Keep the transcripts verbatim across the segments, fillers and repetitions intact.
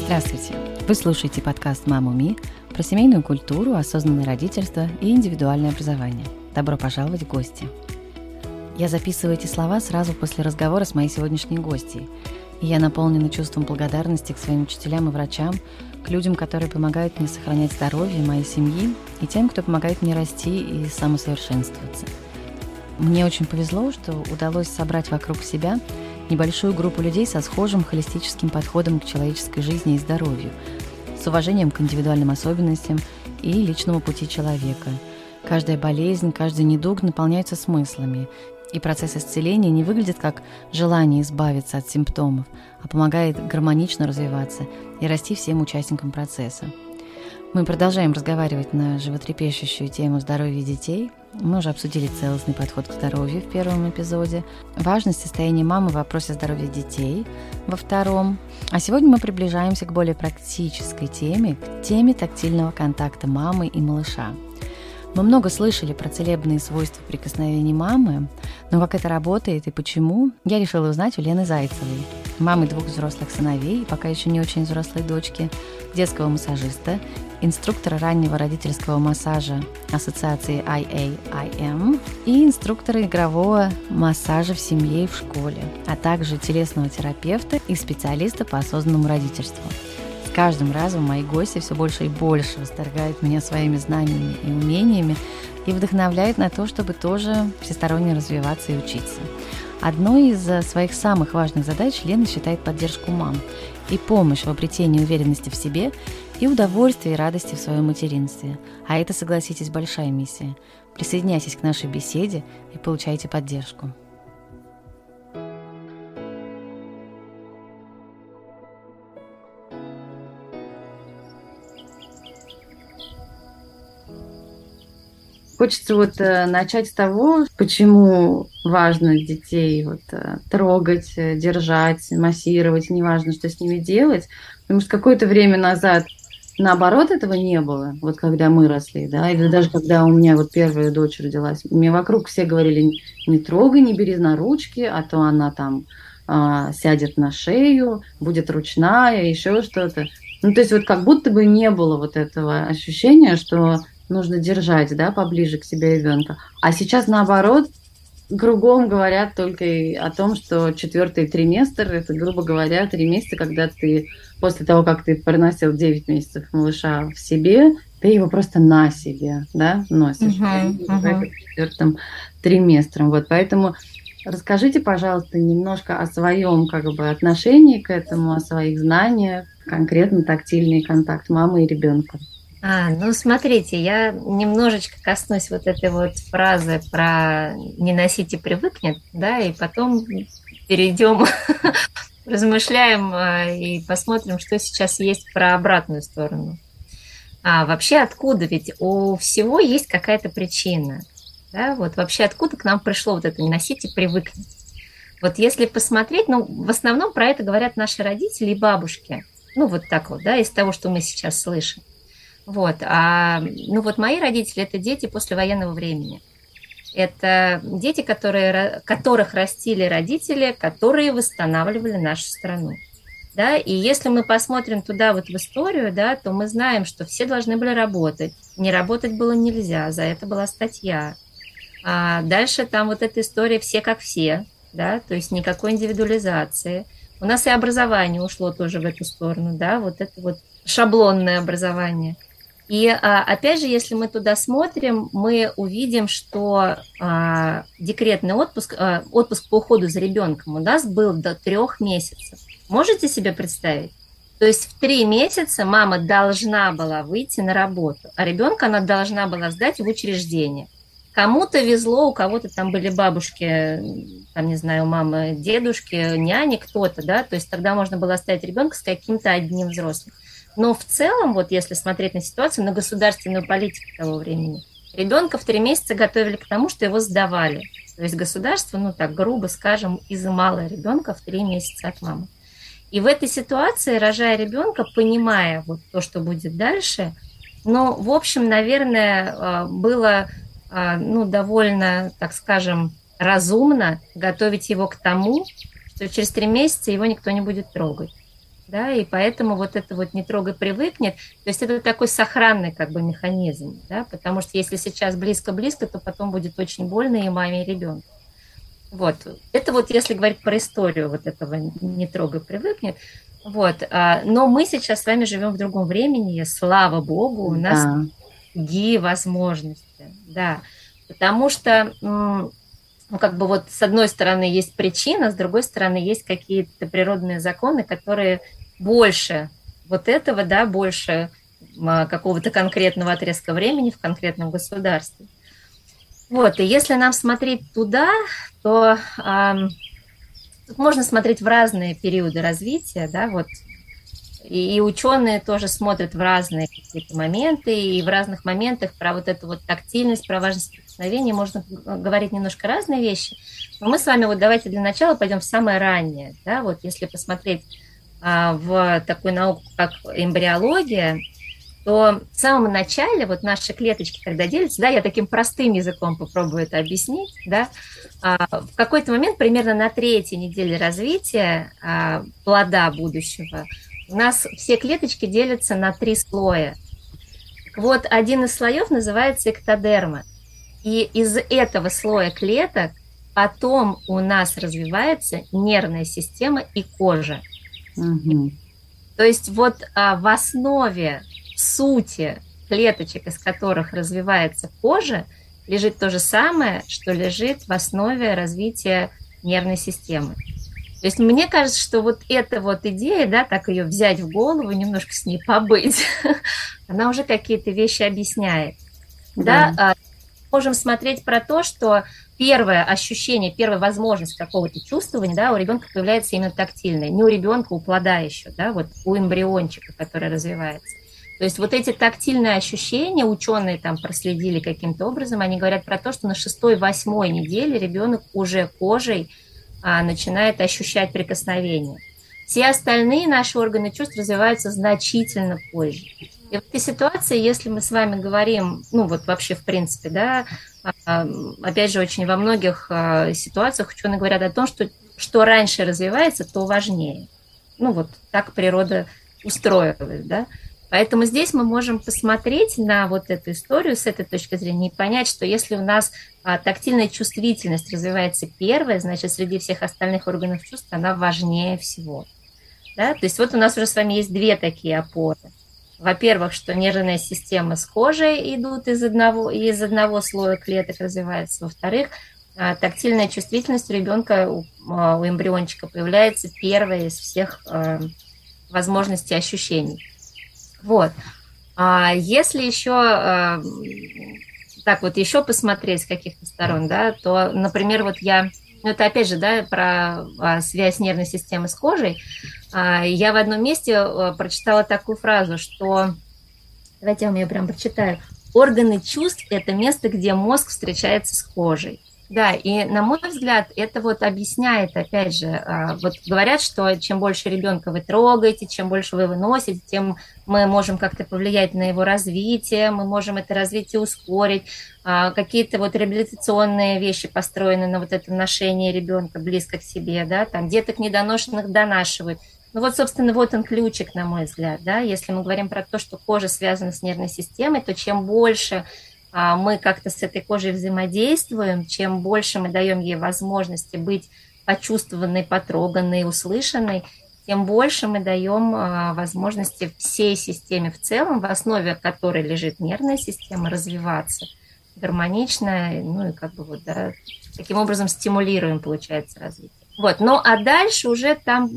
Здравствуйте! Вы слушаете подкаст «Маму Ми» про семейную культуру, осознанное родительство и индивидуальное образование. Добро пожаловать в гости! Я записываю эти слова сразу после разговора с моей сегодняшней гостьей, и я наполнена чувством благодарности к своим учителям и врачам, к людям, которые помогают мне сохранять здоровье моей семьи, и тем, кто помогает мне расти и самосовершенствоваться. Мне очень повезло, что удалось собрать вокруг себя небольшую группу людей со схожим холистическим подходом к человеческой жизни и здоровью, с уважением к индивидуальным особенностям и личному пути человека. Каждая болезнь, каждый недуг наполняются смыслами, и процесс исцеления не выглядит как желание избавиться от симптомов, а помогает гармонично развиваться и расти всем участникам процесса. Мы продолжаем разговаривать на животрепещущую тему здоровья детей. Мы уже обсудили целостный подход к здоровью в первом эпизоде, важность состояния мамы в вопросе здоровья детей во втором. А сегодня мы приближаемся к более практической теме, к теме тактильного контакта мамы и малыша. Мы много слышали про целебные свойства прикосновений мамы, но как это работает и почему, я решила узнать у Лены Зайцевой, мамы двух взрослых сыновей и пока еще не очень взрослой дочки, детского массажиста, инструктора раннего родительского массажа Ассоциации ай эй ай эм и инструктора игрового массажа в семье и в школе, а также телесного терапевта и специалиста по осознанному родительству. С каждым разом мои гости все больше и больше восторгают меня своими знаниями и умениями и вдохновляют на то, чтобы тоже всесторонне развиваться и учиться. Одной из своих самых важных задач Лена считает поддержку мам и помощь в обретении уверенности в себе и удовольствия и радости в своем материнстве. А это, согласитесь, большая миссия. Присоединяйтесь к нашей беседе и получайте поддержку. Хочется вот э, начать с того, почему важно детей вот, э, трогать, э, держать, массировать, неважно, что с ними делать. Потому что какое-то время назад, наоборот, этого не было, вот когда мы росли, да, или даже когда у меня вот первая дочь родилась. Мне вокруг все говорили, не трогай, не бери на ручки, а то она там э, сядет на шею, будет ручная, еще что-то. Ну, то есть вот как будто бы не было вот этого ощущения, что нужно держать, да, поближе к себе ребенка. А сейчас, наоборот, кругом говорят только о том, что четвертый триместр, это, грубо говоря, три месяца, когда ты, после того, как ты проносил девять месяцев малыша в себе, ты его просто на себе, да, носишь. Uh-huh, uh-huh. Четвертым триместром. Вот, поэтому расскажите, пожалуйста, немножко о своем, как бы, отношении к этому, о своих знаниях, конкретно тактильный контакт мамы и ребенка. А, ну, смотрите, я немножечко коснусь вот этой вот фразы про «не носите, привыкнет», да, и потом перейдем, размышляем и посмотрим, что сейчас есть про обратную сторону. А вообще откуда? Ведь у всего есть какая-то причина, да, вот вообще откуда к нам пришло вот это «не носите, привыкнет». Вот если посмотреть, ну, в основном про это говорят наши родители и бабушки, ну, вот так вот, да, из того, что мы сейчас слышим. Вот, а, ну вот мои родители – это дети послевоенного времени. Это дети, которые, которых растили родители, которые восстанавливали нашу страну. Да? И если мы посмотрим туда вот в историю, да, то мы знаем, что все должны были работать. Не работать было нельзя, за это была статья. А дальше там вот эта история «все как все», да, то есть никакой индивидуализации. У нас и образование ушло тоже в эту сторону, да, вот это вот шаблонное образование. И опять же, если мы туда смотрим, мы увидим, что а, декретный отпуск, а, отпуск по уходу за ребенком у нас был до трех месяцев. Можете себе представить? То есть в три месяца мама должна была выйти на работу, а ребенка она должна была сдать в учреждение. Кому-то везло, у кого-то там были бабушки, там, не знаю, у мамы, дедушки, няни, кто-то, да, то есть тогда можно было оставить ребенка с каким-то одним взрослым. Но в целом, вот если смотреть на ситуацию, на государственную политику того времени, ребенка в три месяца готовили к тому, что его сдавали. То есть государство, ну так грубо скажем, изымало ребенка в три месяца от мамы. И в этой ситуации, рожая ребенка, понимая вот то, что будет дальше, ну, в общем, наверное, было, ну, довольно, так скажем, разумно готовить его к тому, что через три месяца его никто не будет трогать. да, и поэтому вот это вот «не трогай, привыкнет», то есть это такой сохранный как бы механизм, да, потому что если сейчас близко-близко, то потом будет очень больно и маме, и ребенку. Вот, это вот если говорить про историю вот этого «не трогай, привыкнет», вот, но мы сейчас с вами живем в другом времени, слава богу, у нас Да. другие возможности, да, потому что, ну, как бы вот с одной стороны есть причина, с другой стороны есть какие-то природные законы, которые больше вот этого, да, больше какого-то конкретного отрезка времени в конкретном государстве. Вот, и если нам смотреть туда, то э, тут можно смотреть в разные периоды развития, да, вот, и, и ученые тоже смотрят в разные какие-то моменты, и в разных моментах про вот эту вот тактильность, про важность прикосновения можно говорить немножко разные вещи. Но мы с вами вот давайте для начала пойдем в самое раннее, да, вот если посмотреть э, в такую науку, как эмбриология, то в самом начале вот наши клеточки, когда делятся, да, я таким простым языком попробую это объяснить, да, в какой-то момент, примерно на третьей неделе развития плода будущего, у нас все клеточки делятся на три слоя. Вот один из слоев называется эктодерма. И из этого слоя клеток потом у нас развивается нервная система и кожа. Угу. То есть вот в основе сути клеточек, из которых развивается кожа, лежит то же самое, что лежит в основе развития нервной системы. То есть мне кажется, что вот эта вот идея, да, так ее взять в голову, немножко с ней побыть, она уже какие-то вещи объясняет. Да. Да? Можем смотреть про то, что первое ощущение, первая возможность какого-то чувствования, да, у ребенка появляется именно тактильное. Не у ребенка, у плода еще, да, вот у эмбриончика, который развивается. То есть вот эти тактильные ощущения, ученые там проследили каким-то образом, они говорят про то, что на шестой-восьмой неделе ребенок уже кожей а, начинает ощущать прикосновение. Все остальные наши органы чувств развиваются значительно позже. И в этой ситуации, если мы с вами говорим, ну вот вообще в принципе, да, а, опять же, очень во многих а, ситуациях ученые говорят о том, что что раньше развивается, то важнее. Ну вот так природа устроилась, да. Поэтому здесь мы можем посмотреть на вот эту историю с этой точки зрения и понять, что если у нас а, тактильная чувствительность развивается первая, значит, среди всех остальных органов чувств она важнее всего. Да? То есть вот у нас уже с вами есть две такие опоры. Во-первых, что нервная система с кожей идут из одного, из одного слоя клеток развивается. Во-вторых, а, тактильная чувствительность у ребенка, у, у эмбриончика появляется первая из всех а, возможностей ощущений. Вот. А если еще а, так вот еще посмотреть с каких-то сторон, да, то, например, вот я, ну это опять же, да, про а, связь нервной системы с кожей, а, я в одном месте а, прочитала такую фразу, что, давайте я вам ее прям прочитаю, органы чувств – это место, где мозг встречается с кожей. Да, и на мой взгляд, это вот объясняет, опять же, вот говорят, что чем больше ребенка вы трогаете, чем больше вы выносите, тем мы можем как-то повлиять на его развитие, мы можем это развитие ускорить, какие-то вот реабилитационные вещи построены на вот этом ношении ребенка близко к себе, да, там деток недоношенных донашивают. Ну вот, собственно, вот он ключик, на мой взгляд, да, если мы говорим про то, что кожа связана с нервной системой, то чем больше мы как-то с этой кожей взаимодействуем, чем больше мы даем ей возможности быть почувствованной, потроганной, услышанной, тем больше мы даем возможности всей системе в целом, в основе которой лежит нервная система, развиваться гармонично, ну и как бы вот, да, таким образом стимулируем, получается, развитие. Вот, ну а дальше уже там,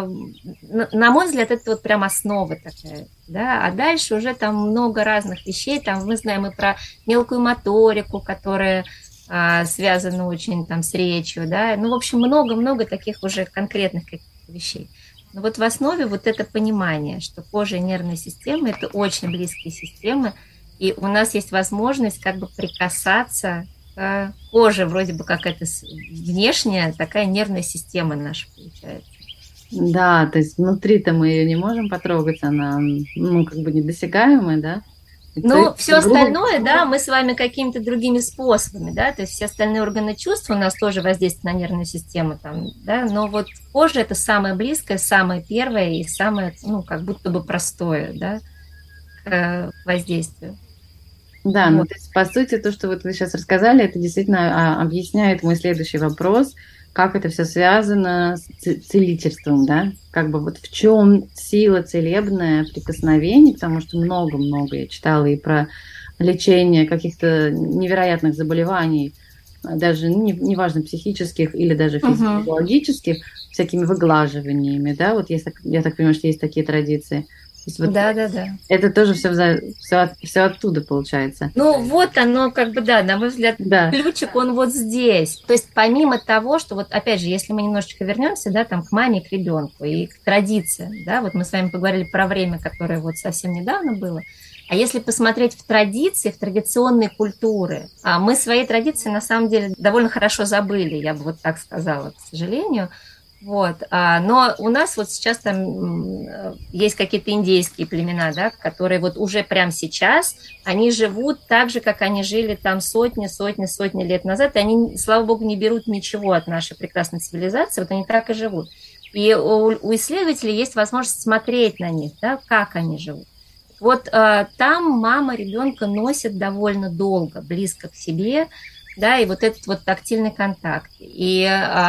на мой взгляд, это вот прям основа такая, да, а дальше уже там много разных вещей, там мы знаем и про мелкую моторику, которая а, связана очень там с речью, да, ну, в общем, много-много таких уже конкретных каких-то вещей. Но вот в основе вот это понимание, что кожа и нервная система – это очень близкие системы, и у нас есть возможность как бы прикасаться к коже, вроде бы как это внешняя такая нервная система наша получается. Да, то есть внутри-то мы ее не можем потрогать, она, ну, как бы недосягаемая, да? Ну, все остальное, да, мы с вами какими-то другими способами, да, то есть все остальные органы чувств у нас тоже воздействуют на нервную систему, там, да, но вот кожа – это самое близкое, самое первое и самое, ну, как будто бы простое, да, к воздействию. Да, вот. Ну, то есть, по сути, то, что вот вы сейчас рассказали, это действительно а, объясняет мой следующий вопрос, как это все связано с целительством, да, как бы вот в чем сила целебная прикосновений, потому что много-много я читала и про лечение каких-то невероятных заболеваний, даже, ну, неважно, не психических или даже физиологических, uh-huh. всякими выглаживаниями, да, вот есть, я так понимаю, что есть такие традиции. Вот да, да, да. Это тоже все, все, все оттуда получается. Ну, вот оно, как бы, да, на мой взгляд, да. Ключик, он вот здесь. То есть, помимо того, что вот, опять же, если мы немножечко вернемся, да, там, к маме, к ребенку и к традициям, да, вот мы с вами поговорили про время, которое вот совсем недавно было. А если посмотреть в традиции, в традиционные культуры, а мы свои традиции, на самом деле, довольно хорошо забыли, я бы вот так сказала, к сожалению. Вот. Но у нас вот сейчас там есть какие-то индейские племена, да, которые вот уже прямо сейчас, они живут так же, как они жили там сотни, сотни, сотни лет назад, и они, слава богу, не берут ничего от нашей прекрасной цивилизации, вот они так и живут. И у, у исследователей есть возможность смотреть на них, да, как они живут. Вот там мама ребенка носит довольно долго, близко к себе, да, и вот этот вот тактильный контакт. И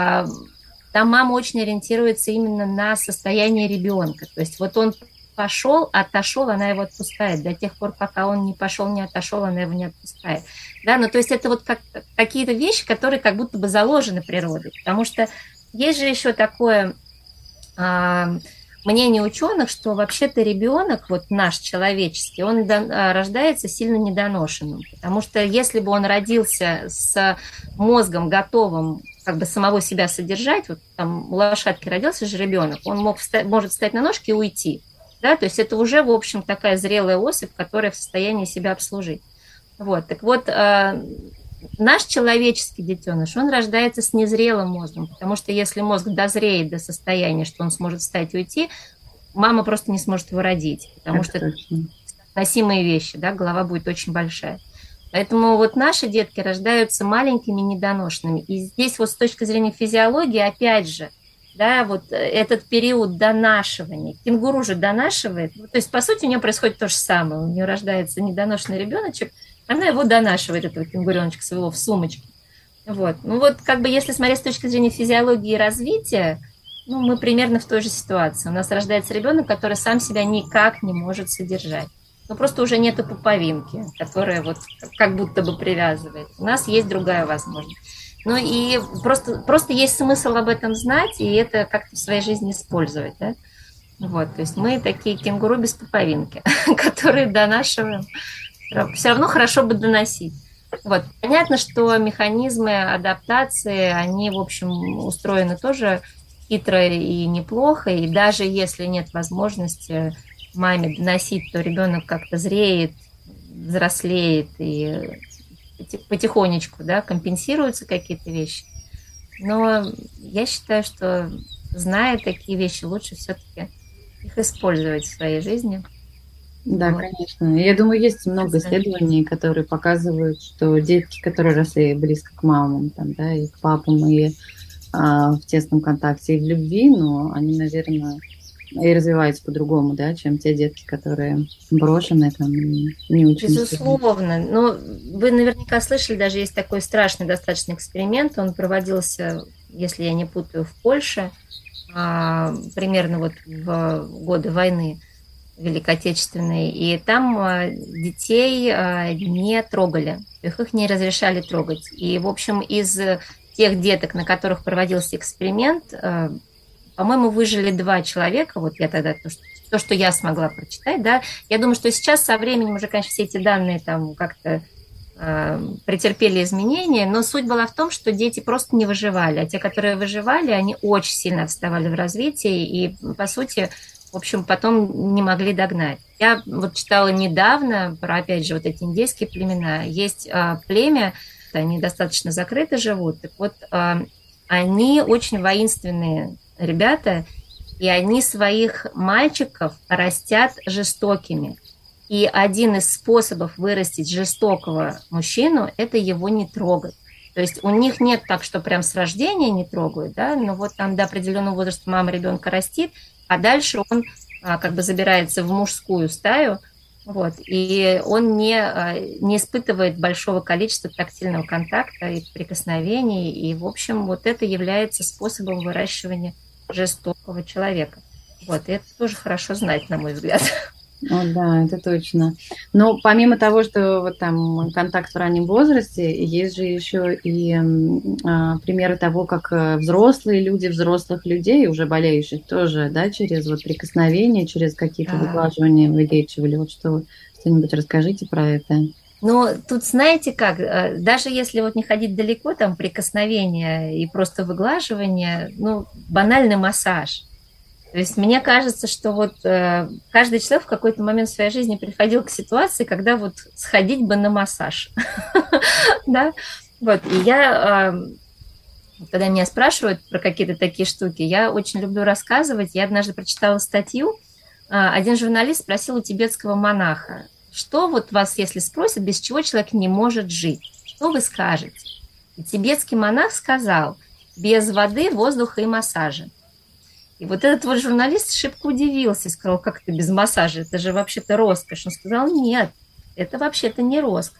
там мама очень ориентируется именно на состояние ребенка. То есть вот он пошел, отошел, она его отпускает. До тех пор, пока он не пошел, не отошел, она его не отпускает. Да, ну то есть это вот как, какие-то вещи, которые как будто бы заложены природой. Потому что есть же еще такое а, мнение ученых, что вообще-то ребенок, вот наш человеческий, он до, рождается сильно недоношенным. Потому что если бы он родился с мозгом готовым как бы самого себя содержать, вот там у лошадки родился же ребенок, он мог встать, может встать на ножки и уйти, да, то есть это уже, в общем, такая зрелая особь, которая в состоянии себя обслужить. Вот, так вот, э, наш человеческий детеныш, он рождается с незрелым мозгом, потому что если мозг дозреет до состояния, что он сможет встать и уйти, мама просто не сможет его родить, потому это что точно. Это носимые вещи, да, голова будет очень большая. Поэтому вот наши детки рождаются маленькими, недоношенными. И здесь вот с точки зрения физиологии, опять же, да, вот этот период донашивания. Кенгуру же донашивает. То есть, по сути, у нее происходит то же самое. У нее рождается недоношенный ребеночек, она его донашивает, этого кенгуреночка своего, в сумочке. Вот. Ну вот, как бы, если смотреть с точки зрения физиологии и развития, ну, мы примерно в той же ситуации. У нас рождается ребенок, который сам себя никак не может содержать. Но просто уже нету пуповинки, которая вот как будто бы привязывает. У нас есть другая возможность. Ну и просто, просто есть смысл об этом знать и это как-то в своей жизни использовать, да? Вот, то есть мы такие кенгуру без пуповинки, которые донашиваем. Все равно хорошо бы доносить. Вот. Понятно, что механизмы адаптации, они, в общем, устроены тоже хитро и неплохо, и даже если нет возможности маме доносить, то ребенок как-то зреет, взрослеет и потихонечку, да, компенсируются какие-то вещи. Но я считаю, что, зная такие вещи, лучше все-таки их использовать в своей жизни. Да, вот. Конечно. Я думаю, есть много исследований, которые показывают, что детки, которые росли близко к мамам, там, да, и к папам, и а, в тесном контакте, и в любви, но они, наверное, и развиваются по-другому, да, чем те детки, которые брошены, там, не очень. Безусловно. Но вы наверняка слышали, даже есть такой страшный достаточно эксперимент. Он проводился, если я не путаю, в Польше, примерно вот в годы войны Великой Отечественной. И там детей не трогали, их, их не разрешали трогать. И, в общем, из тех деток, на которых проводился эксперимент, по-моему, выжили два человека, вот я тогда, то, что, то, что я смогла прочитать, да, я думаю, что сейчас со временем уже, конечно, все эти данные там как-то э, претерпели изменения, но суть была в том, что дети просто не выживали, а те, которые выживали, они очень сильно отставали в развитии и, по сути, в общем, потом не могли догнать. Я вот читала недавно про, опять же, вот эти индейские племена, есть э, племя, они достаточно закрыто живут, так вот, э, они очень воинственные ребята, и они своих мальчиков растят жестокими. И один из способов вырастить жестокого мужчину – это его не трогать. То есть у них нет так, что прям с рождения не трогают, да, но вот там до определенного возраста мама ребенка растит, а дальше он а, как бы забирается в мужскую стаю, вот, и он не, а, не испытывает большого количества тактильного контакта и прикосновений, и, в общем, вот это является способом выращивания жестокого человека. Вот, и это тоже хорошо знать, на мой взгляд. О, да, это точно. Но помимо того, что вот там контакт в раннем возрасте, есть же еще и а, примеры того, как взрослые люди, взрослых людей, уже болеющих тоже, да, через вот прикосновения, через какие-то выглаживания вылечивали. Вот что, что-нибудь расскажите про это. Но тут знаете как, даже если вот не ходить далеко, там прикосновения и просто выглаживание, ну, банальный массаж. То есть мне кажется, что вот э, каждый человек в какой-то момент в своей жизни приходил к ситуации, когда вот сходить бы на массаж. Да? Вот. И я, э, когда меня спрашивают про какие-то такие штуки, я очень люблю рассказывать. Я однажды прочитала статью. Э, один журналист спросил у тибетского монаха, что вот вас, если спросят, без чего человек не может жить? Что вы скажете? И тибетский монах сказал, без воды, воздуха и массажа. И вот этот вот журналист шибко удивился, сказал, как это без массажа, это же вообще-то роскошь. Он сказал, нет, это вообще-то не роскошь.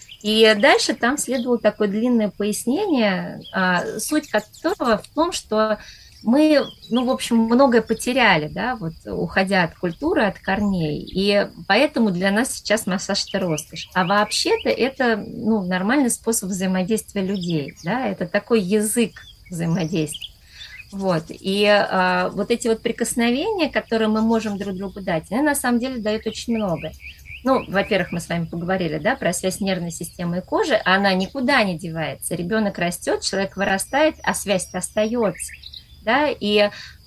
И дальше там следовало такое длинное пояснение, суть которого в том, что мы, ну, в общем, многое потеряли, да, вот, уходя от культуры, от корней, и поэтому для нас сейчас массаж – это роскошь. А вообще-то это, ну, нормальный способ взаимодействия людей, да, это такой язык взаимодействия. Вот. И а, вот эти вот прикосновения, которые мы можем друг другу дать, они на самом деле дают очень много. Ну, во-первых, мы с вами поговорили, да, про связь нервной системы и кожи, она никуда не девается. Ребенок растет, человек вырастает, а связь-то остается, да, и,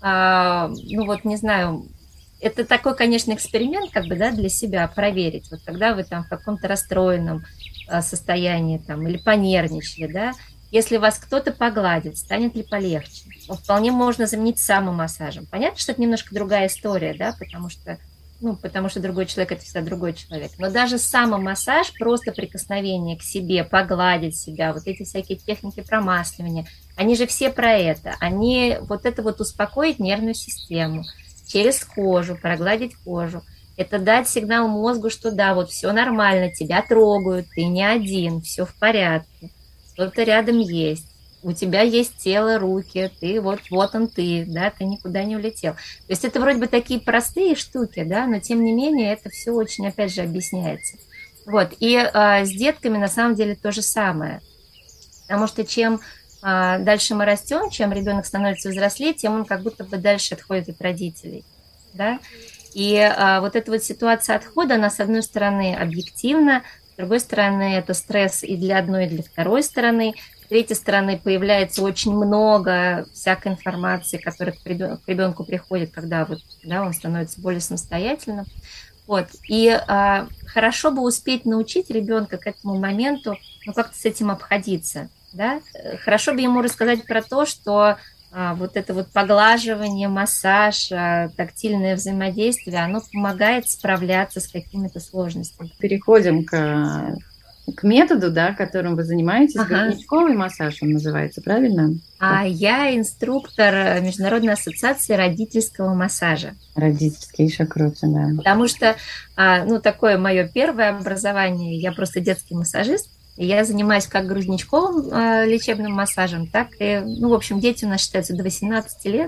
а, ну вот, не знаю, это такой, конечно, эксперимент, как бы, да, для себя проверить. Вот когда вы там в каком-то расстроенном состоянии там или понервничали, да, если вас кто-то погладит, станет ли полегче? Вполне можно заменить самомассажем. Понятно, что это немножко другая история, да, потому что, ну, потому что другой человек – это всегда другой человек. Но даже самомассаж, просто прикосновение к себе, погладить себя, вот эти всякие техники промасливания, они же все про это. Они вот это вот успокоить нервную систему, через кожу, прогладить кожу. Это дать сигнал мозгу, что да, вот все нормально, тебя трогают, ты не один, все в порядке. Кто-то рядом есть, у тебя есть тело, руки, ты вот, вот он ты, да, ты никуда не улетел. То есть это вроде бы такие простые штуки, да, но тем не менее это все очень, опять же, объясняется. Вот, и а, с детками на самом деле то же самое, потому что чем а, дальше мы растем, чем ребенок становится взрослее, тем он как будто бы дальше отходит от родителей, да, и а, вот эта вот ситуация отхода, она, с одной стороны, объективна, с другой стороны, это стресс и для одной, и для второй стороны. С третьей стороны, появляется очень много всякой информации, которая к ребенку приходит, когда вот, да, он становится более самостоятельным. Вот. И а, хорошо бы успеть научить ребенка к этому моменту, ну, как-то с этим обходиться. Да? Хорошо бы ему рассказать про то, что а, вот это вот поглаживание, массаж, а, тактильное взаимодействие, оно помогает справляться с какими-то сложностями. Переходим к, к методу, да, которым вы занимаетесь. Ага. Грудничковый массаж он называется, правильно? А я инструктор Международной ассоциации родительского массажа. Родительский, еще круче, да. Потому что, ну, такое мое первое образование, я просто детский массажист, и я занимаюсь как грудничковым э, лечебным массажем, так и, ну, в общем, дети у нас считаются до восемнадцати лет.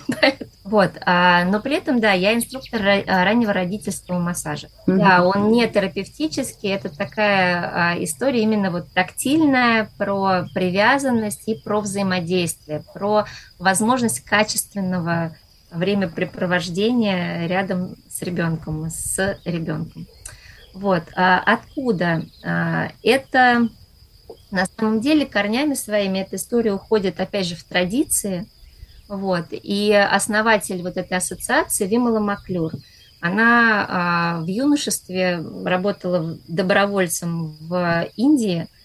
Вот. А, но при этом, да, я инструктор раннего родительского массажа. Mm-hmm. Да, он не терапевтический, это такая а, история именно вот тактильная, про привязанность и про взаимодействие, про возможность качественного времяпрепровождения рядом с ребенком, с ребенком. Вот. А откуда? А, это на самом деле корнями своими эта история уходит, опять же, в традиции. Вот. И основатель вот этой ассоциации Вимала Маклюр, она а, в юношестве работала добровольцем в Индии,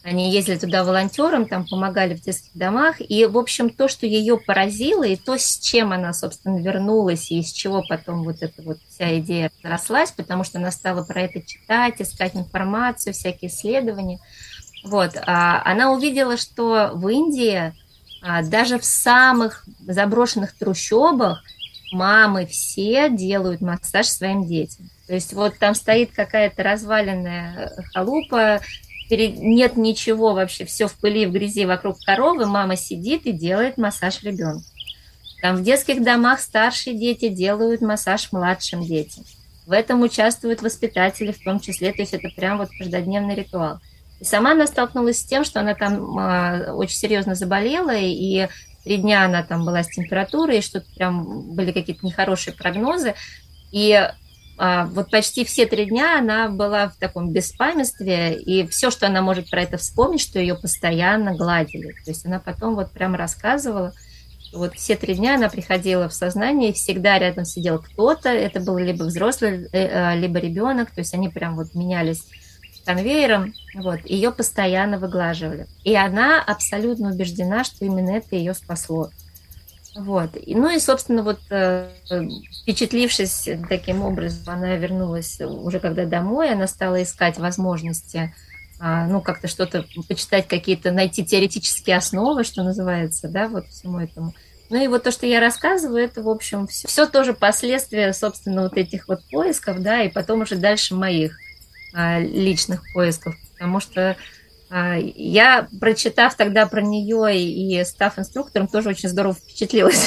Они ездили туда волонтером, там помогали в детских домах. И, в общем, то, что ее поразило, и то, с чем она, собственно, вернулась, и из чего потом вот эта вот вся идея разрослась, потому что она стала про это читать, искать информацию, всякие исследования. Вот. А она увидела, что в Индии даже в самых заброшенных трущобах мамы все делают массаж своим детям. То есть вот там стоит какая-то разваленная халупа, нет ничего вообще, все в пыли, в грязи вокруг коровы, мама сидит и делает массаж ребенку. Там в детских домах старшие дети делают массаж младшим детям. В этом участвуют воспитатели в том числе, то есть это прям вот каждодневный ритуал. И сама она столкнулась с тем, что она там э, очень серьезно заболела, и три дня она там была с температурой, и что-то прям были какие-то нехорошие прогнозы. И а, вот почти все три дня она была в таком беспамятстве, и все, что она может про это вспомнить, что ее постоянно гладили. То есть она потом вот прям рассказывала, что вот все три дня она приходила в сознание, и всегда рядом сидел кто-то, это был либо взрослый, либо ребенок, то есть они прям вот менялись конвейером, вот, ее постоянно выглаживали. И она абсолютно убеждена, что именно это ее спасло. Вот. И, ну и, собственно, вот э, впечатлившись таким образом, она вернулась уже когда домой, она стала искать возможности, э, ну, как-то что-то почитать, какие-то, найти теоретические основы, что называется, да, вот всему этому. Ну и вот то, что я рассказываю, это, в общем, все, все тоже последствия, собственно, вот этих вот поисков, да, и потом уже дальше моих э, личных поисков, потому что я, прочитав тогда про нее и став инструктором, тоже очень здорово впечатлилась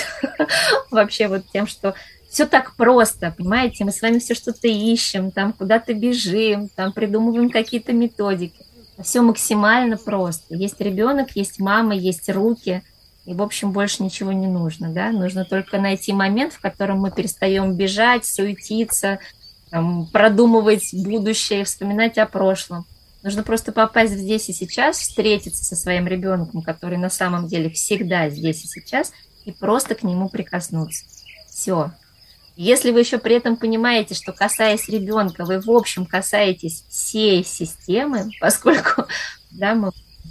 вообще вот тем, что все так просто, понимаете, мы с вами все что-то ищем, там куда-то бежим, там придумываем какие-то методики. Все максимально просто. Есть ребенок, есть мама, есть руки, и, в общем, больше ничего не нужно, да, нужно только найти момент, в котором мы перестаем бежать, суетиться, там, продумывать будущее, вспоминать о прошлом. Нужно просто попасть здесь и сейчас, встретиться со своим ребенком, который на самом деле всегда здесь и сейчас, и просто к нему прикоснуться. Все. Если вы еще при этом понимаете, что, касаясь ребенка, вы, в общем, касаетесь всей системы, поскольку, да, мы,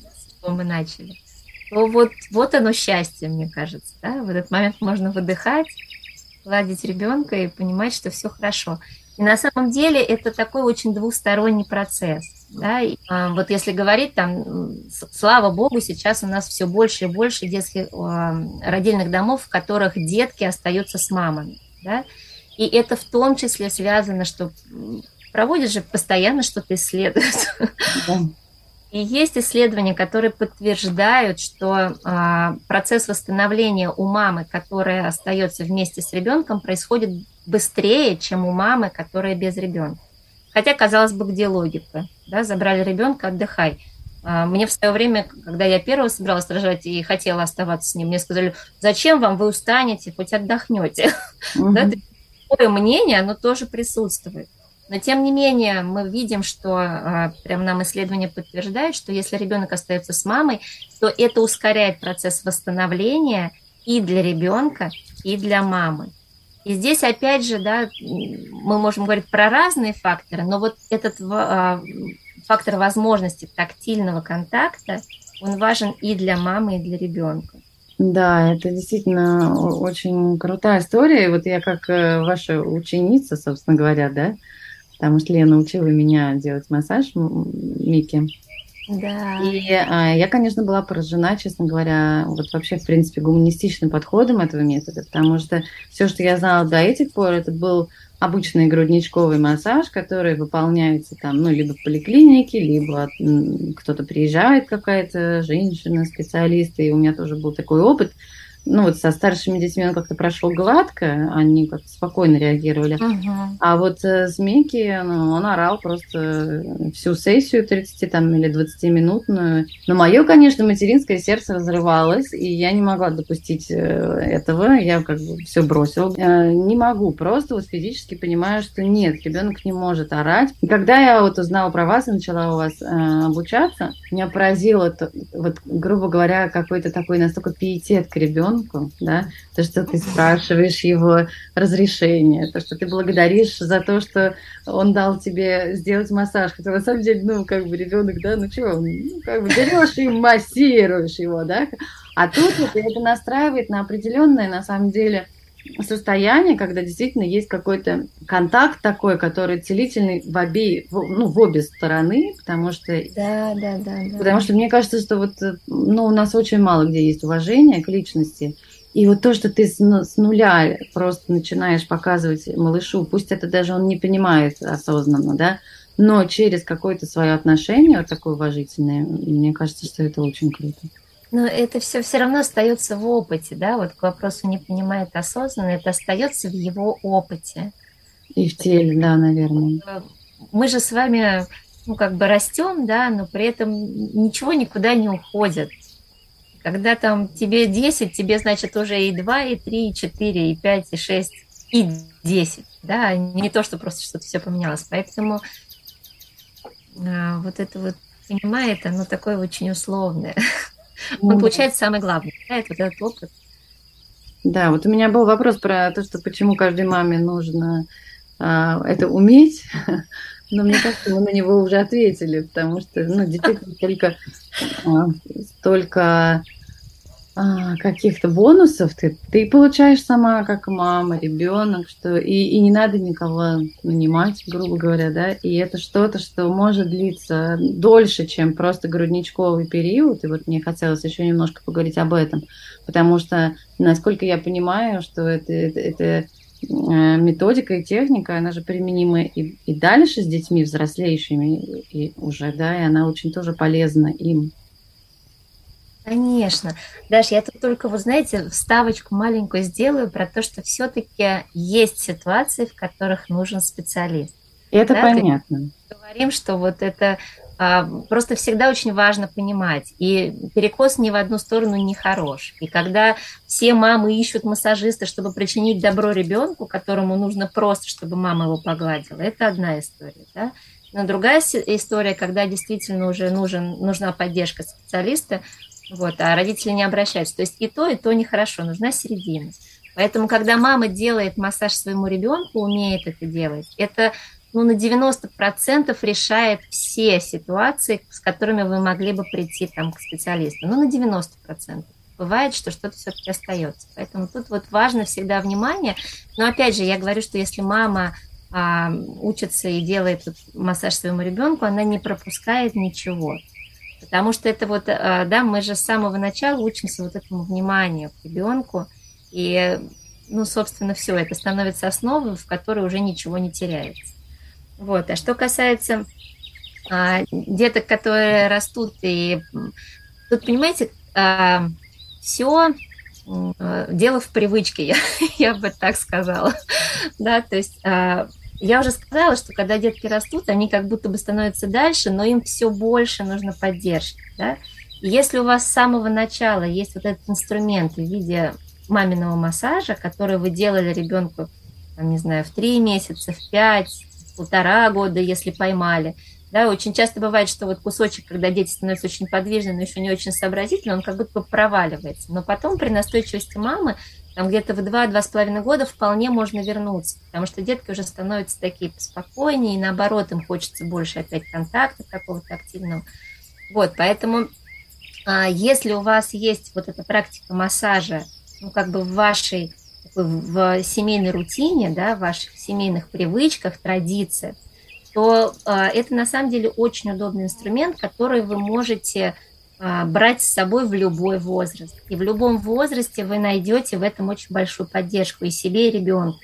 мы начали, то вот, вот оно счастье, мне кажется. Да? В этот момент можно выдыхать, гладить ребенка и понимать, что все хорошо. И на самом деле это такой очень двусторонний процесс. Да? И, а, вот если говорить, там, слава богу, сейчас у нас все больше и больше детских а, родильных домов, в которых детки остаются с мамами. Да? И это в том числе связано, что проводят же постоянно что-то исследуют. Да. И есть исследования, которые подтверждают, что а, процесс восстановления у мамы, которая остается вместе с ребенком, происходит быстрее, чем у мамы, которая без ребенка. Хотя, казалось бы, где логика? Да? Забрали ребенка, отдыхай. А, мне в свое время, когда я первого собиралась рожать и хотела оставаться с ним, мне сказали, зачем вам, вы устанете, хоть отдохнете. Mm-hmm. Да? Такое мнение, оно тоже присутствует. Но, тем не менее, мы видим, что а, прям нам исследования подтверждают, что если ребенок остается с мамой, то это ускоряет процесс восстановления и для ребенка, и для мамы. И здесь, опять же, да, мы можем говорить про разные факторы, но вот этот а, фактор возможности тактильного контакта, он важен и для мамы, и для ребенка. Да, это действительно очень крутая история. Вот я как ваша ученица, собственно говоря, да, потому что Лена учила меня делать массаж Мике. Да. И а, я, конечно, была поражена, честно говоря, вот вообще, в принципе, гуманистичным подходом этого метода, потому что все, что я знала до этих пор, это был обычный грудничковый массаж, который выполняется там, ну, либо в поликлинике, либо кто-то приезжает, какая-то женщина, специалист, и у меня тоже был такой опыт. Ну, вот со старшими детьми он как-то прошел гладко, они как-то спокойно реагировали. Uh-huh. А вот э, с Микки, ну, он орал просто всю сессию тридцать там, или двадцатиминутную. Но мое, конечно, материнское сердце разрывалось, и я не могла допустить э, этого. Я как бы все бросила. Э, не могу, просто вот физически понимаю, что нет, ребенок не может орать. И когда я вот узнала про вас и начала у вас э, обучаться, меня поразило, то, вот, грубо говоря, какой-то такой настолько пиетет к ребенку, ребенку, да, то, что ты спрашиваешь его разрешение, то, что ты благодаришь за то, что он дал тебе сделать массаж, хотя на самом деле, ну, как бы ребенок, да, ну чего, ну, как бы берешь и массируешь его, да, а тут вот это настраивает на определенное, на самом деле, состояние, когда действительно есть какой-то контакт такой, который целительный в обе, ну, в обе стороны, потому что, Да, да, да, да. потому что мне кажется, что вот, ну, у нас очень мало где есть уважение к личности, и вот то, что ты с, ну, с нуля просто начинаешь показывать малышу, пусть это даже он не понимает осознанно, да, но через какое-то свое отношение вот такое уважительное, мне кажется, что это очень круто. Но это все все равно остается в опыте, да, вот к вопросу не понимает осознанно, это остается в его опыте. И в теле, да, наверное. Мы же с вами, ну, как бы растем, да, но при этом ничего никуда не уходит. Когда там тебе десять, тебе, значит, уже и два, и три, и четыре, и пять, и шесть, и десять, да, не то, что просто что-то все поменялось. Поэтому а, вот это вот понимает, оно такое очень условное. Ну, Он да. получает самое главное, да, это вот этот опыт. Да, вот у меня был вопрос про то, что почему каждой маме нужно а, это уметь, но мне кажется, мы на него уже ответили, потому что, ну, действительно, столько, а, столько а, каких-то бонусов ты, ты получаешь сама, как мама, ребенок, что и, и не надо никого нанимать, грубо говоря, да, и это что-то, что может длиться дольше, чем просто грудничковый период, и вот мне хотелось еще немножко поговорить об этом, потому что, насколько я понимаю, что это, это, это методика и техника, она же применима и, и дальше с детьми взрослейшими и уже, да, и она очень тоже полезна им. Конечно. Даш, я тут только, вот знаете, вставочку маленькую сделаю про то, что все-таки есть ситуации, в которых нужен специалист. Это да? понятно. Говорим, что вот это а, просто всегда очень важно понимать. И перекос ни в одну сторону не хорош. И когда все мамы ищут массажиста, чтобы причинить добро ребенку, которому нужно просто, чтобы мама его погладила, это одна история. Да? Но другая история, когда действительно уже нужен, нужна поддержка специалиста, вот, а родители не обращаются. То есть и то, и то нехорошо, нужна середина. Поэтому, когда мама делает массаж своему ребенку, умеет это делать, это ну, на девяносто процентов решает все ситуации, с которыми вы могли бы прийти там, к специалисту. Ну, на девяносто процентов. Бывает, что что-то все-таки остается. Поэтому тут вот важно всегда внимание. Но опять же, я говорю, что если мама а, учится и делает вот массаж своему ребенку, она не пропускает ничего. Потому что это вот, да, мы же с самого начала учимся вот этому вниманию к ребенку, и, ну, собственно, все, это становится основой, в которой уже ничего не теряется. Вот, а что касается а, деток, которые растут, и тут, понимаете, а, все а, дело в привычке, я, я бы так сказала, да, то есть... А, я уже сказала, что когда детки растут, они как будто бы становятся дальше, но им все больше нужно поддержки. Да? И если у вас с самого начала есть вот этот инструмент в виде маминого массажа, который вы делали ребенку, не знаю, в три месяца, в пять, в полтора года, если поймали. Да, очень часто бывает, что вот кусочек, когда дети становятся очень подвижны, но еще не очень сообразительны, он как будто бы проваливается. Но потом при настойчивости мамы там где-то в два-два с половиной года вполне можно вернуться, потому что детки уже становятся такие поспокойнее, и наоборот, им хочется больше опять контакта какого-то активного. Вот, поэтому если у вас есть вот эта практика массажа, ну, как бы в вашей, в семейной рутине, да, в ваших семейных привычках, традициях, то это на самом деле очень удобный инструмент, который вы можете брать с собой в любой возраст. И в любом возрасте вы найдете в этом очень большую поддержку и себе, и ребенку.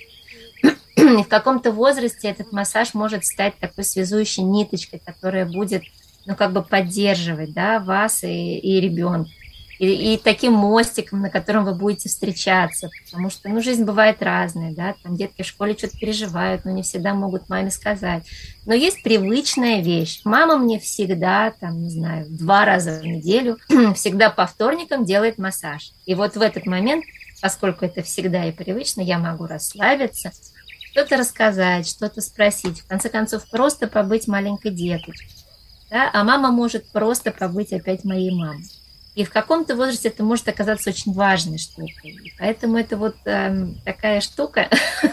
И в каком-то возрасте этот массаж может стать такой связующей ниточкой, которая будет, ну, как бы поддерживать, да, вас и, и ребенка. И, и таким мостиком, на котором вы будете встречаться, потому что, ну, жизнь бывает разная, да, там детки в школе что-то переживают, но не всегда могут маме сказать. Но есть привычная вещь. Мама мне всегда, там, не знаю, два раза в неделю, всегда по вторникам делает массаж. И вот в этот момент, поскольку это всегда и привычно, я могу расслабиться, что-то рассказать, что-то спросить, в конце концов, просто побыть маленькой деточкой. Да? А мама может просто побыть опять моей мамой. И в каком-то возрасте это может оказаться очень важной штукой. Поэтому это вот э, такая штука,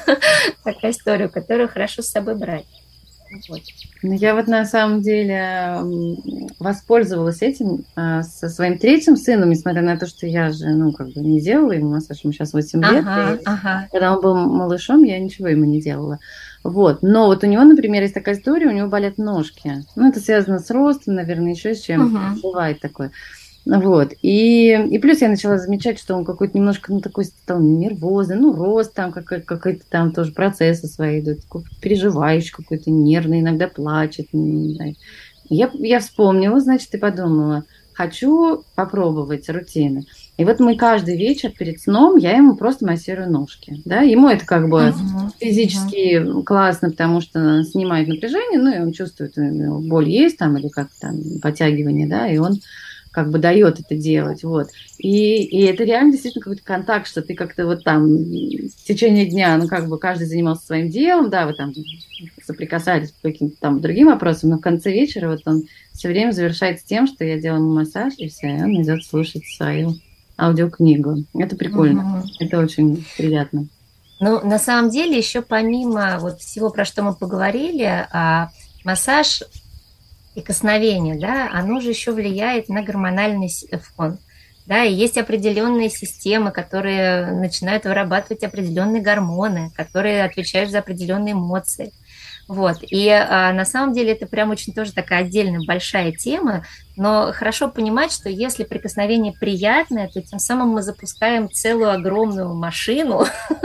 такая история, которую хорошо с собой брать. Вот. Ну, я вот на самом деле воспользовалась этим а, со своим третьим сыном, несмотря на то, что я же, ну, как бы не делала ему массаж, ему сейчас восемь лет. Ага, и ага. Когда он был малышом, я ничего ему не делала. Вот. Но вот у него, например, есть такая история, у него болят ножки. Ну, это связано с ростом, наверное, еще с чем. Угу. Бывает такое. Вот. И, и плюс я начала замечать, что он какой-то немножко, ну, такой стал нервозный, ну, рост там, какой- какой-то там тоже процессы свои идут, какой-то переживающий, какой-то нервный, иногда плачет. Не знаю. Я, я вспомнила, значит, и подумала, хочу попробовать рутины. И вот мы каждый вечер перед сном, я ему просто массирую ножки. Да? Ему это как бы Угу. физически классно, потому что снимает напряжение, ну, и он чувствует, у него боль есть там, или как там, подтягивание, да, и он как бы дает это делать, вот. И, и это реально действительно какой-то контакт, что ты как-то вот там в течение дня, ну, как бы каждый занимался своим делом, да, вы там соприкасались к каким-то там другим вопросам, но в конце вечера вот он все время завершается тем, что я делаю ему массаж, и все, и он идет слушать свою аудиокнигу. Это прикольно, Угу. это очень приятно. Ну, на самом деле, еще помимо вот всего, про что мы поговорили, а, массаж, прикосновение, да, оно же еще влияет на гормональный фон. Да, и есть определенные системы, которые начинают вырабатывать определенные гормоны, которые отвечают за определенные эмоции. Вот. И а, на самом деле это прям очень тоже такая отдельная большая тема, но хорошо понимать, что если прикосновение приятное, то тем самым мы запускаем целую огромную машину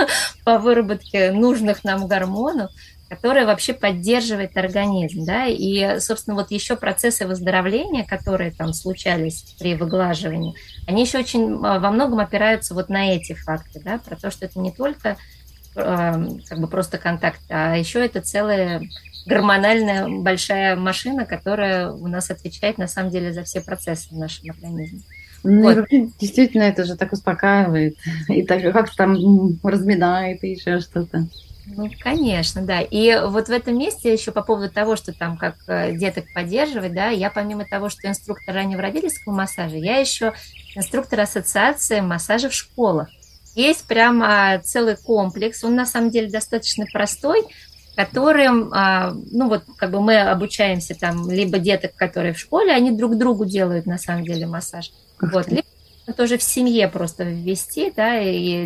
по выработке нужных нам гормонов, которая вообще поддерживает организм, да, и, собственно, вот еще процессы выздоровления, которые там случались при выглаживании, они еще очень во многом опираются вот на эти факты, да, про то, что это не только э, как бы просто контакт, а еще это целая гормональная большая машина, которая у нас отвечает, на самом деле, за все процессы в нашем организме. Ну, Вот. и вообще, действительно, это же так успокаивает, и так как-то там разминает, и еще что-то. Ну, конечно, да. И вот в этом месте еще по поводу того, что там как деток поддерживать, да, я помимо того, что инструктор раннего родительского массажа, я еще инструктор ассоциации массажа в школах. Есть прямо целый комплекс, он на самом деле достаточно простой, которым, ну вот как бы мы обучаемся там либо деток, которые в школе, они друг другу делают на самом деле массаж, вот, либо тоже в семье просто ввести, да,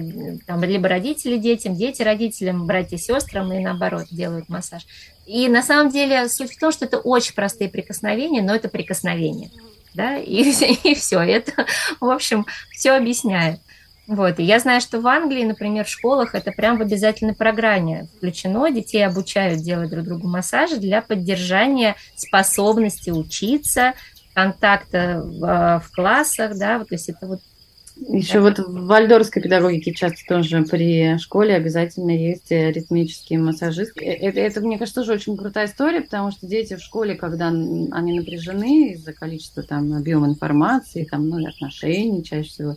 и там либо родители детям, дети родителям, братья сестрам и наоборот делают массаж. И на самом деле суть в том, что это очень простые прикосновения, но это прикосновения, да, и, и все, это, в общем, все объясняет. Вот. И я знаю, что в Англии, например, в школах это прям в обязательной программе включено, детей обучают делать друг другу массажи для поддержания способности учиться, контакта в, в классах, да, вот, то есть это вот... Еще вот в вальдорфской педагогике часто тоже при школе обязательно есть ритмические массажисты. Это, это, мне кажется, тоже очень крутая история, потому что дети в школе, когда они напряжены из-за количества там объема информации, там, ну, отношений чаще всего,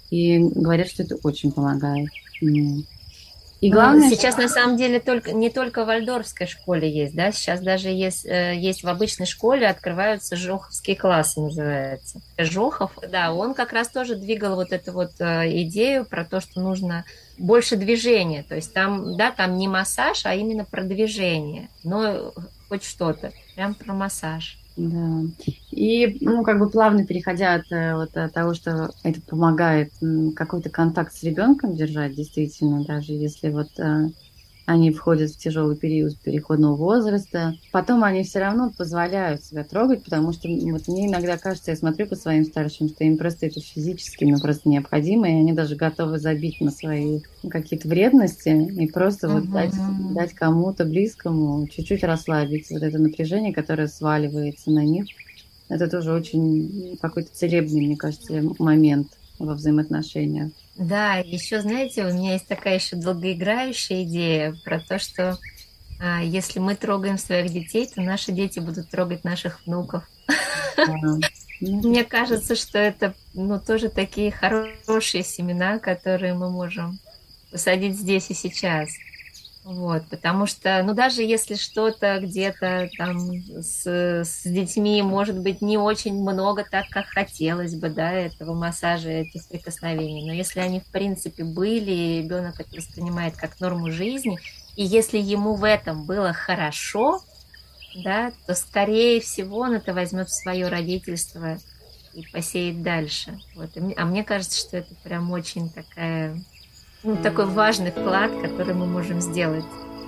и говорят, что это очень помогает. И главное, сейчас что... на самом деле только, не только в вальдорфской школе есть, да, сейчас даже есть, есть в обычной школе открываются жоховские классы, называется. Жохов, да, он как раз тоже двигал вот эту вот идею про то, что нужно больше движения, то есть там, да, там не массаж, а именно про движение, но хоть что-то, прям про массаж. Да. И, ну, как бы плавно переходя от, вот, от того, что это помогает какой-то контакт с ребенком держать, действительно, даже если вот они входят в тяжелый период переходного возраста, потом они все равно позволяют себя трогать, потому что вот мне иногда кажется, я смотрю по своим старшим, что им просто это физически, ну, просто необходимо, и они даже готовы забить на свои какие-то вредности и просто вот uh-huh. дать, дать кому-то близкому чуть-чуть расслабить вот это напряжение, которое сваливается на них. Это тоже очень какой-то целебный, мне кажется, момент во взаимоотношениях. Да, еще, знаете, у меня есть такая еще долгоиграющая идея про то, что а, если мы трогаем своих детей, то наши дети будут трогать наших внуков. Мне кажется, что это, ну, тоже такие хорошие семена, которые мы можем посадить здесь и сейчас. Вот, потому что, ну, даже если что-то где-то там с, с детьми, может быть, не очень много так, как хотелось бы, да, этого массажа, этих прикосновений, но если они, в принципе, были, и ребенок это воспринимает как норму жизни, и если ему в этом было хорошо, да, то, скорее всего, он это возьмет в свое родительство и посеет дальше. Вот. А мне кажется, что это прям очень такая... Ну, такой важный вклад, который мы можем сделать.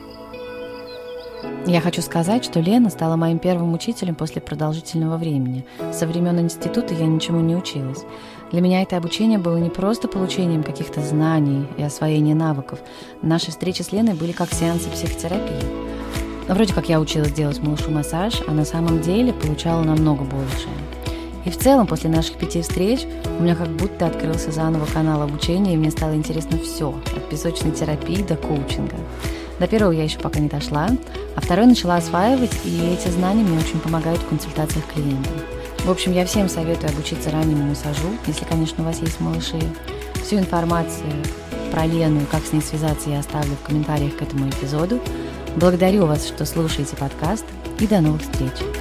Я хочу сказать, что Лена стала моим первым учителем после продолжительного времени. Со времен института я ничему не училась. Для меня это обучение было не просто получением каких-то знаний и освоением навыков. Наши встречи с Леной были как сеансы психотерапии. Но вроде как я училась делать малышу массаж, а на самом деле получала намного больше. И в целом, после наших пяти встреч, у меня как будто открылся заново канал обучения, и мне стало интересно все, от песочной терапии до коучинга. До первого я еще пока не дошла, а второй начала осваивать, и эти знания мне очень помогают в консультациях клиентам. В общем, я всем советую обучиться раннему массажу, если, конечно, у вас есть малыши. Всю информацию про Лену и как с ней связаться я оставлю в комментариях к этому эпизоду. Благодарю вас, что слушаете подкаст, и до новых встреч!